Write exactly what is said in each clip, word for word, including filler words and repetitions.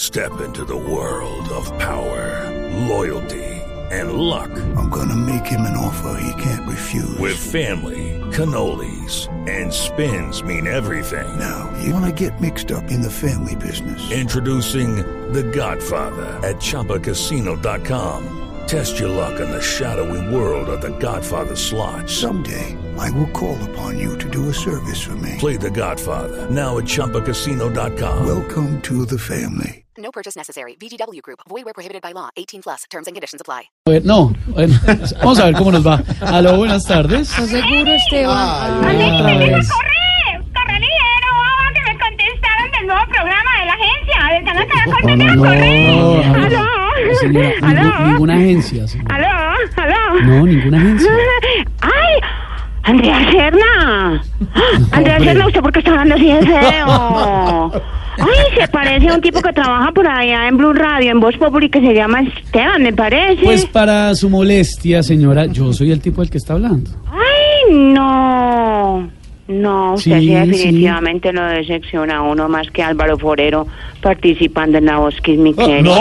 Step into the world of power, loyalty, and luck. I'm gonna make him an offer he can't refuse. With family, cannolis, and spins mean everything. Now, you wanna get mixed up in the family business. Introducing The Godfather at Chumba Casino dot com. Test your luck in the shadowy world of The Godfather slot. Someday, I will call upon you to do a service for me. Play The Godfather, now at Chumba Casino dot com. Welcome to the family. No purchase necessary. V G W Group. Void where prohibited by law. eighteen plus. Terms and conditions apply. No, bueno, vamos a ver cómo nos va. Aló, buenas tardes. ¿Estás seguro, Esteban? Ah, Ay, otra otra vez. vez. ¡Corre! ¡Corre, ligero! ¡Vamos, que me contestaron del nuevo programa de la agencia! ¡Del canal Caracol! No, no, ¡Corre! no, ¡Aló! Señora, ¿Aló? ningú- ninguna agencia. Señora. ¿Aló? ¿Aló? No, ninguna agencia. ¡Ay! ¡Andrea Serna! ¡Andrea Hombre. Serna, ¿usted por qué está hablando así de feo? ¡Ay, se parece a un tipo que trabaja por allá en Blue Radio, en Voz Populi, que se llama Esteban, me parece! Pues para su molestia, señora, yo soy el tipo del que está hablando. ¡Ay, no! No, usted Sí, sí, definitivamente lo decepciona a uno más que Álvaro Forero participando en La Voz, que es mi querido.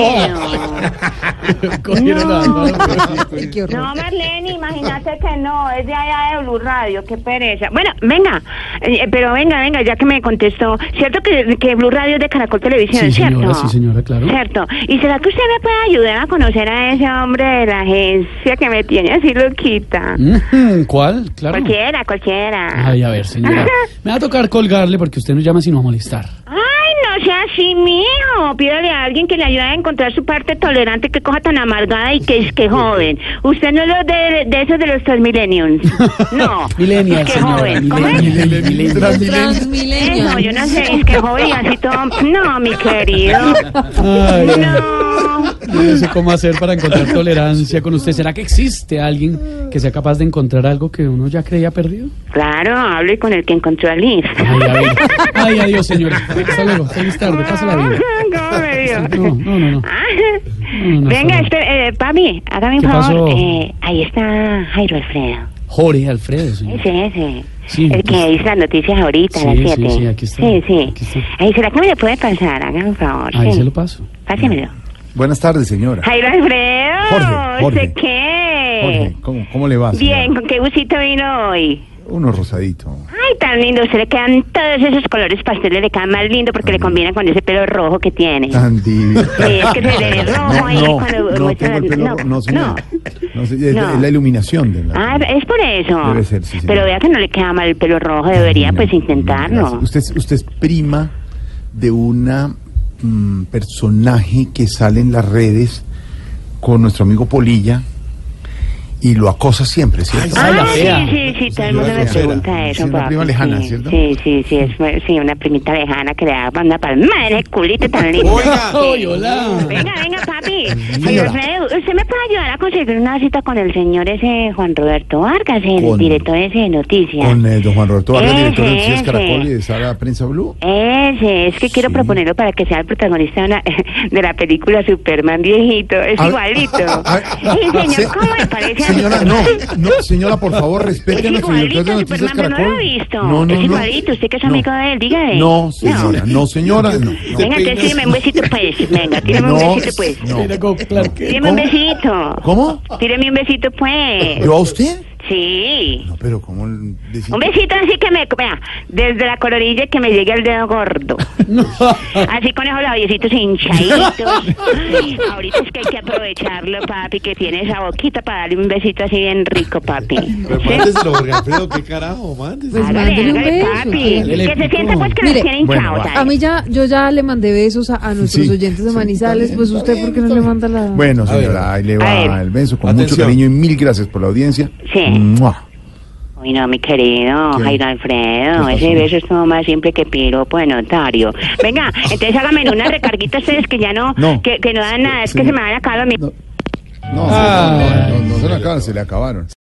Cogieron No. a Álvaro. No, Marlene, imagínate que no, es de allá de Blue Radio, qué pereza. Bueno, venga, eh, pero venga, venga, ya que me contestó, ¿cierto que, que Blue Radio es de Caracol Televisión, Sí, cierto? señora, sí, señora, claro. Cierto, ¿y será que usted me puede ayudar a conocer a ese hombre de la agencia que me tiene así loquita? Mm, ¿Cuál? Claro. Cualquiera, cualquiera. Ay, a ver, señora. Me va a tocar colgarle porque usted no llama sino a molestar. Ay, no sea así, mijo. Pídale a alguien que le ayude a encontrar su parte tolerante, que coja tan amargada y que es que joven. Usted no es lo de, de esos de los Transmillennials. No. Millennial, Es que señora. joven. ¿Cómo es? Millennial, millennial. Eso, yo no sé, es que joven y así todo. No, mi querido. Ay, No. no sé cómo hacer para encontrar tolerancia con usted. ¿Será que existe alguien que sea capaz de encontrar algo que uno ya creía perdido? Claro, hable con el que encontró a Liz. Ay, a ver. Ay, adiós, señora. Hasta luego. Feliz tarde. Pásala bien. ¿Cómo me dio? No, no, no, no. Ah, No, no, venga, no. este, eh, papi, hágame un ¿Qué favor. pasó? Eh, ahí está Jairo Alfredo. Jorge Alfredo, señor. Ese, ese. Sí, el pues- que dice las noticias ahorita, a las Sí, siete. sí, sí, aquí está, Sí, sí. aquí está. Ay, ¿será que me le puede pasar? Hágame un favor. Ahí sí. se lo paso. Pásemelo. Buenas tardes, señora. Jairo Alfredo. Jorge, Jorge. ¿Sé qué? Jorge, ¿cómo, cómo le va, señora? Bien, ¿con qué busito vino hoy? Uno rosadito. Ay, tan lindo. Se le quedan todos esos colores pasteles, le quedan más lindo porque le combina con ese pelo rojo que tiene. Tan divino. Sí, es que se le ve rojo No, ahí no, cuando no muestra- tengo el pelo no, rojo. No, señora. No, sí, es, No. es la iluminación de la... Ah, es por eso. Debe ser, sí, señora. Pero vea que no le queda mal el pelo rojo, debería pues intentarlo. Gracias. Usted, es- usted es prima de una mm, personaje que sale en las redes con nuestro amigo Polilla y lo acosa siempre, ¿cierto? Ay, la Ah, fea. sí, sí, sí, todo el mundo Señora me Fea. pregunta Sí, eso, una papi, prima lejana, sí, ¿cierto? Sí, sí, sí, es sí, una primita lejana que le da una palma en el culito tan lindo. Ay, hola. Venga, venga, papi. Señor Señora. Alfredo, ¿usted me puede ayudar a conseguir una cita con el señor ese Juan Roberto Vargas, el Con- director ese de noticias? Con eh, don Juan Roberto Vargas, Ese, director de Noticias ese. Caracol y de Sala Prensa Blue. Ese, es que quiero Sí. proponerlo para que sea el protagonista de, una- de la película Superman viejito, es A ver, igualito. a ver, Sí, señor, se- ¿cómo le parece? a- Señora, no, no, señora, por favor, respete Es a nuestro director de igualito, Noticias Superman, pero no Caracol. lo he visto. No, no, es no. igualito, usted que es No. amigo de él, dígale. No, señora, no, señora, no. no. Venga, entonces tíreme un besito, pues. Venga, tíreme No, un besito, pues. no. Mira cómo Clark Kent. Tíreme un ¿Cómo? besito. ¿Cómo? Tíreme un besito, pues. ¿Yo a usted? Sí. No, pero ¿cómo decir? Un besito así que me... Vea, desde la coronilla que me llegue al dedo gordo. Así con esos labiecitos hinchaditos. Ahorita es que hay que aprovecharlo, papi, que tiene esa boquita para darle un besito así bien rico, papi. Pero ¿Sí? mándeselo, Jorge Alfredo, qué carajo, mándeselo. Hágale, mándele un hágale, beso, papi. Dale, Que se sienta pues que Mire, nos tiene bueno, hinchado, va. ¿sabes? A mí ya, yo ya le mandé besos a, a nuestros Sí, oyentes de sí, Manizales, está pues bien. usted, ¿por qué no le manda la...? Bueno, A ver, señora, ahí le a va ver. el beso con mucho Atención. cariño y mil gracias por la audiencia. Sí. ¡Mua! Uy, no, mi querido ¿Qué? Jairo Alfredo, ¿Qué ese pasó? beso es como más simple que piropo de notario. Venga, entonces hágame una recarguita ustedes que ya no, No. que, que no dan nada, es Sí. que se me van a acabar los... No, no, Ah. no, no, no, no se le acabaron, se le acabaron.